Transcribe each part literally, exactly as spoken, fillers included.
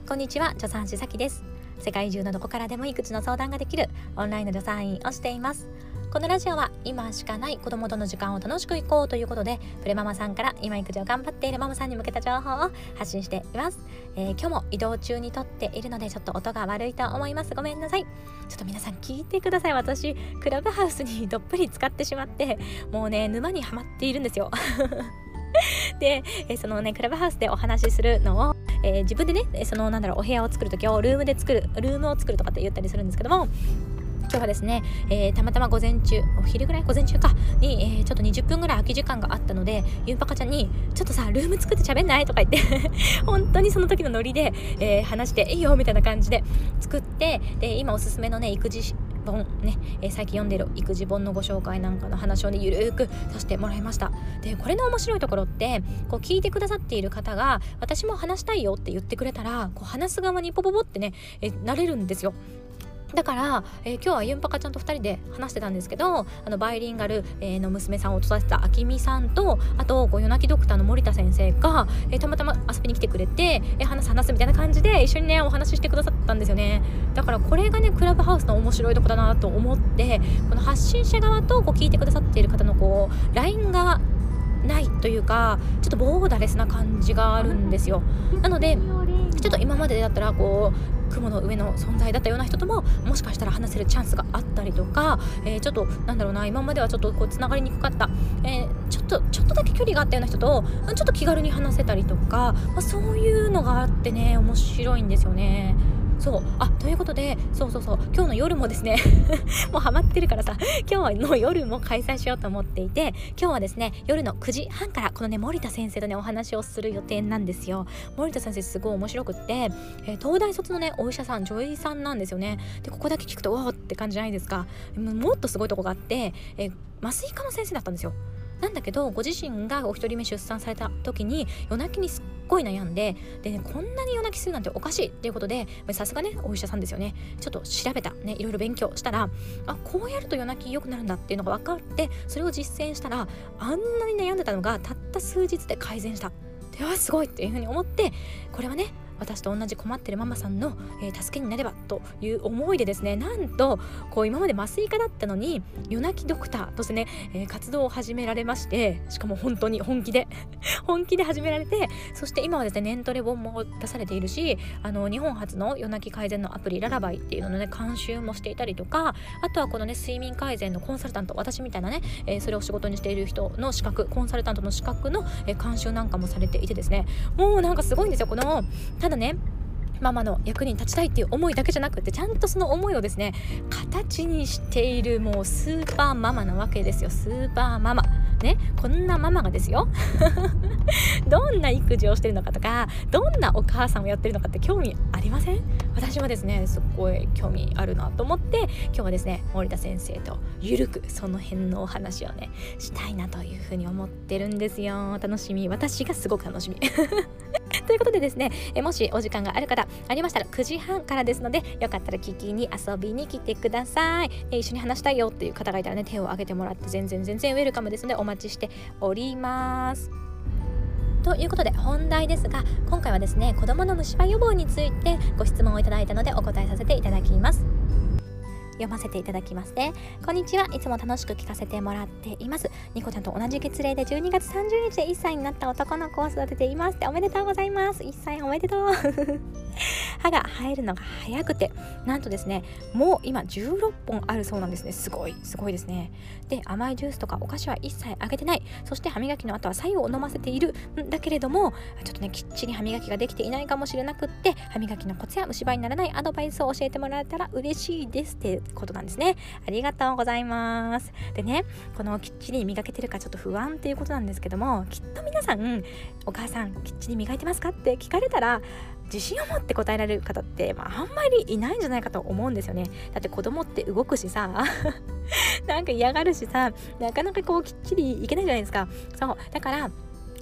こんにちは、助産師さきです。世界中のどこからでも育児の相談ができるオンラインの助産院をしています。このラジオは今しかない子供との時間を楽しくいこうということで、プレママさんから今育児を頑張っているママさんに向けた情報を発信しています。えー、今日も移動中に撮っているのでちょっと音が悪いと思います。ごめんなさい。ちょっと皆さん聞いてください。私クラブハウスにどっぷり使ってしまって、もうね沼にはまっているんですよで、えー、そのねクラブハウスでお話しするのを、えー、自分でねそのなんだろうお部屋を作るときをルームで作るルームを作るとかって言ったりするんですけども、今日はですね、えー、たまたま午前中お昼ぐらい午前中かに、えー、ちょっとにじゅっぷんぐらい空き時間があったので、ゆんぱかちゃんにちょっとさルーム作って喋んないとか言って本当にその時のノリで、えー、話していいよみたいな感じで作って、で今おすすめのね育児本ね、えー、最近読んでる育児本のご紹介なんかの話をねゆるーくさせてもらいました。でこれの面白いところって、こう聞いてくださっている方が私も話したいよって言ってくれたら、こう話す側にポポポってね、えー、なれるんですよ。だから、えー、今日はゆんぱかちゃんとふたりで話してたんですけど、あのバイリンガル、えー、の娘さんを育てたあきみさんと、あとこう夜泣きドクターの森田先生が、えー、たまたま遊びに来てくれて、えー、話す話すみたいな感じで一緒にねお話ししてくださったんですよね。だからこれがねクラブハウスの面白いとこだなと思って、この発信者側とこう聞いてくださっている方のこう ライン がないというか、ちょっとボーダレスな感じがあるんですよ。なのでちょっと今までだったらこう雲の上の存在だったような人とももしかしたら話せるチャンスがあったりとか、えー、ちょっとなんだろうな、今まではちょっとこうつながりにくかった、えー、ちょっとちょっとだけ距離があったような人とちょっと気軽に話せたりとか、まあ、そういうのがあってね面白いんですよね。そうあということでそうそうそう今日の夜もですねもうハマってるからさ、今日の夜も開催しようと思っていて、今日はですね夜のくじはんからこのね森田先生とねお話をする予定なんですよ。森田先生すごい面白くって、えー、東大卒のねお医者さん女医さんなんですよね。でここだけ聞くとわーって感じじゃないですか。もっとすごいとこがあって、えー、麻酔科の先生だったんですよ。なんだけどご自身がお一人目出産された時に夜泣きにすっごい悩んで、で、ね、こんなに夜泣きするなんておかしいっていうことで、さすがねお医者さんですよね。ちょっと調べたね、いろいろ勉強したら、あこうやると夜泣き良くなるんだっていうのが分かって、それを実践したらあんなに悩んでたのがたった数日で改善した。ではすごいっていうふうに思って、これはね私と同じ困ってるママさんの、えー、助けになればという思いでですね、なんとこう今まで麻酔科だったのに夜泣きドクターとしてね、えー、活動を始められまして、しかも本当に本気で本気で始められて、そして今はですね年トレ本も出されているし、あの日本初の夜泣き改善のアプリララバイっていうののね監修もしていたりとか、あとはこのね睡眠改善のコンサルタント、私みたいなね、えー、それを仕事にしている人の資格、コンサルタントの資格の、えー、監修なんかもされていてですね、もうなんかすごいんですよ。このただねママの役に立ちたいっていう思いだけじゃなくて、ちゃんとその思いをですね形にしているもうスーパーママなわけですよ。スーパーママね、こんなママがですよどんな育児をしてるのかとか、どんなお母さんをやってるのかって興味ありません？私はですねすっごい興味あるなと思って、今日はですね森田先生とゆるくその辺のお話をねしたいなというふうに思ってるんですよ。楽しみ、私がすごく楽しみということでですね、えもしお時間がある方ありましたらくじはんからですので、よかったら聞きに遊びに来てください。え一緒に話したいよっていう方がいたらね手を挙げてもらって、全然全然ウェルカムですのでお待ちしております。ということで本題ですが、今回はですね子どもの虫歯予防についてご質問をいただいたのでお答えさせていただきます。読ませていただきますね。こんにちは。いつも楽しく聞かせてもらっています。ニコちゃんと同じ月齢でじゅうにがつさんじゅうにちでいっさいになった男の子を育てています。っておめでとうございます。いっさいおめでとう歯が生えるのが早くて、なんとですねもう今じゅうろっぽんあるそうなんですね。すごいすごいですね。で甘いジュースとかお菓子は一切あげてない。そして歯磨きの後は白湯を飲ませているんだけれども、ちょっとねきっちり歯磨きができていないかもしれなくって、歯磨きのコツや虫歯にならないアドバイスを教えてもらえたら嬉しいですってことなんですね。ありがとうございます。でね、このきっちり磨けてるかちょっと不安っていうことなんですけども、きっと皆さんお母さんきっちり磨いてますかって聞かれたら自信を持って答えられる方って、まあ、あんまりいないんじゃないかと思うんですよね。だって子供って動くしさなんか嫌がるしさ、なかなかこうきっちりいけないじゃないですか。そうだから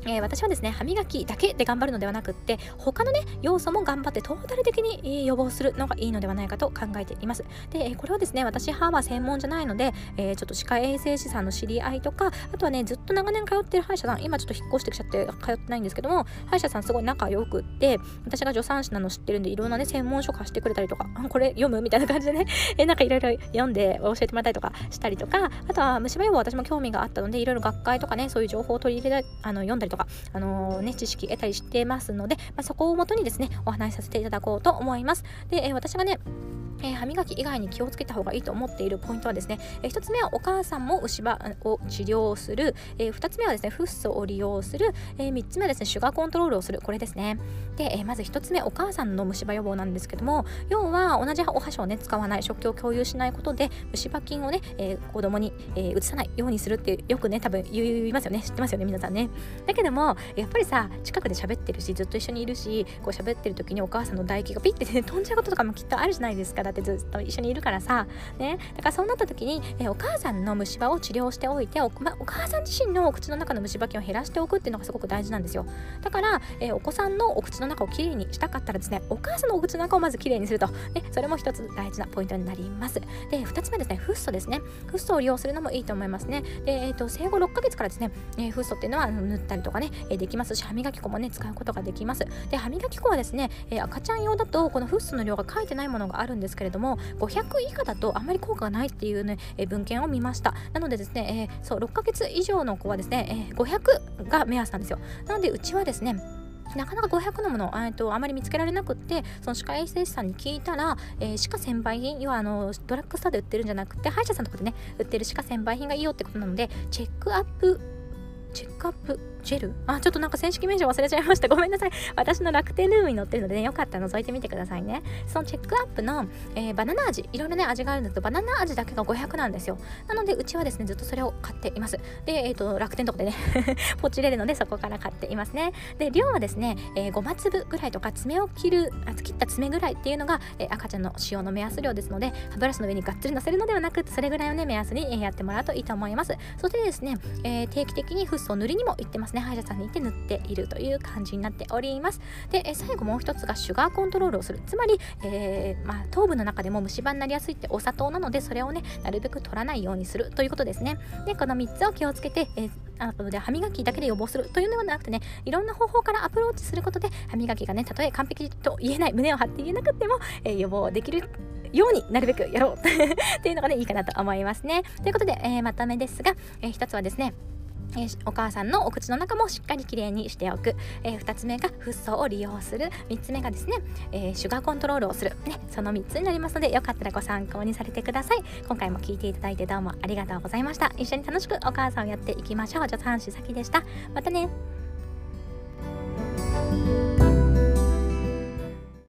えー、私はですね歯磨きだけで頑張るのではなくって他のね要素も頑張ってトータル的に、えー、予防するのがいいのではないかと考えています。で、えー、これはですね私歯は専門じゃないので、えー、ちょっと歯科衛生士さんの知り合いとか、あとはねずっと長年通ってる歯医者さん、今ちょっと引っ越してきちゃって通ってないんですけども、歯医者さんすごい仲良くって、私が助産師なの知ってるんでいろんなね専門書貸してくれたりとか、これ読むみたいな感じでねえー、なんかいろいろ読んで教えてもらったりとかしたりとか、あとは虫歯予防私も興味があったのでいろいろ学会とかねそういう情報を取り入れたあの読んだりとか、あのーね、知識得たりしてますので、まあ、そこをもとにですねお話しさせていただこうと思います。で、えー、私がねえー、歯磨き以外に気をつけた方がいいと思っているポイントはですね、えー、ひとつめはお母さんも虫歯を治療する、えー、ふたつめはですねフッ素を利用する、えー、みっつめはですねシュガーコントロールをする、これですね。で、えー、まずひとつめお母さんの虫歯予防なんですけども、要は同じお箸をね使わない、食器を共有しないことで虫歯菌をね、えー、子供に、えー、移さないようにするってよくね多分言いますよね、知ってますよね皆さんね。だけどもやっぱりさ近くで喋ってるしずっと一緒にいるし、こう喋ってる時にお母さんの唾液がピッて、ね、飛んじゃうこととかもきっとあるじゃないですか。だってずっと一緒にいるからさ、ね、だからそうなった時に、えー、お母さんの虫歯を治療しておいて お,、ま、お母さん自身のお口の中の虫歯菌を減らしておくっていうのがすごく大事なんですよ。だから、えー、お子さんのお口の中をきれいにしたかったらですねお母さんのお口の中をまずきれいにすると、ね、それも一つ大事なポイントになります。で、ふたつめですねフッ素ですね。フッ素を利用するのもいいと思いますね。で、えー、と生後ろっかげつからですね、えー、フッ素っていうのは塗ったりとかね、えー、できますし、歯磨き粉もね使うことができます。で、歯磨き粉はですね、えー、赤ちゃん用だとこのフッ素の量が書いてないものがあるんですけれども、ごひゃく以下だとあまり効果がないっていうね、えー、文献を見ました。なのでですね、えー、そうろっかげつ以上の子はですね、えー、ごひゃくが目安なんですよ。なのでうちはですねなかなかごひゃくのもの、えー、とあまり見つけられなくって、その歯科衛生士さんに聞いたら、えー、歯科専売品、要はあのドラッグストアで売ってるんじゃなくて歯医者さんとかでね売ってる歯科専売品がいいよってことなので、チェックアップチェックアップジェルあ、ちょっとなんか正式名称忘れちゃいました。ごめんなさい。私の楽天ルームに載ってるのでね、よかったら覗いてみてくださいね。そのチェックアップの、えー、バナナ味、いろいろね味があるんですけど、バナナ味だけがごひゃくなんですよ。なのでうちはですねずっとそれを買っています。で、えっ、ー、と楽天とかでねポチれるのでそこから買っていますね。で、量はですね、えー、ごま粒ぐらいとか爪を切るあ切った爪ぐらいっていうのが、えー、赤ちゃんの使用の目安量ですので、歯ブラシの上にがっつり乗せるのではなくて、それぐらいをね目安に、えー、やってもらうといいと思います。そしてですね、えー、定期的にフッ素を塗りにも行ってますね。歯医者さんに行って塗っているという感じになっております。で、え最後もう一つがシュガーコントロールをする。つまり、えーまあ、糖分の中でも虫歯になりやすいってお砂糖なので、それをねなるべく取らないようにするということですね。で、このみっつを気をつけて、えーあとで歯磨きだけで予防するというのではなくてね、いろんな方法からアプローチすることで歯磨きがねたとえ完璧と言えない、胸を張って言えなくても、えー、予防できるようになるべくやろうっていうのがねいいかなと思いますね。ということで、えー、まとめですが、えー、一つはですね、えー、お母さんのお口の中もしっかりきれいにしておく、えー、ふたつめがフッ素を利用する、みっつめがですね、えー、シュガーコントロールをする、ね、そのみっつになりますので、よかったらご参考にされてください。今回も聞いていただいてどうもありがとうございました。一緒に楽しくお母さんをやっていきましょう。助産師さきでした。またね。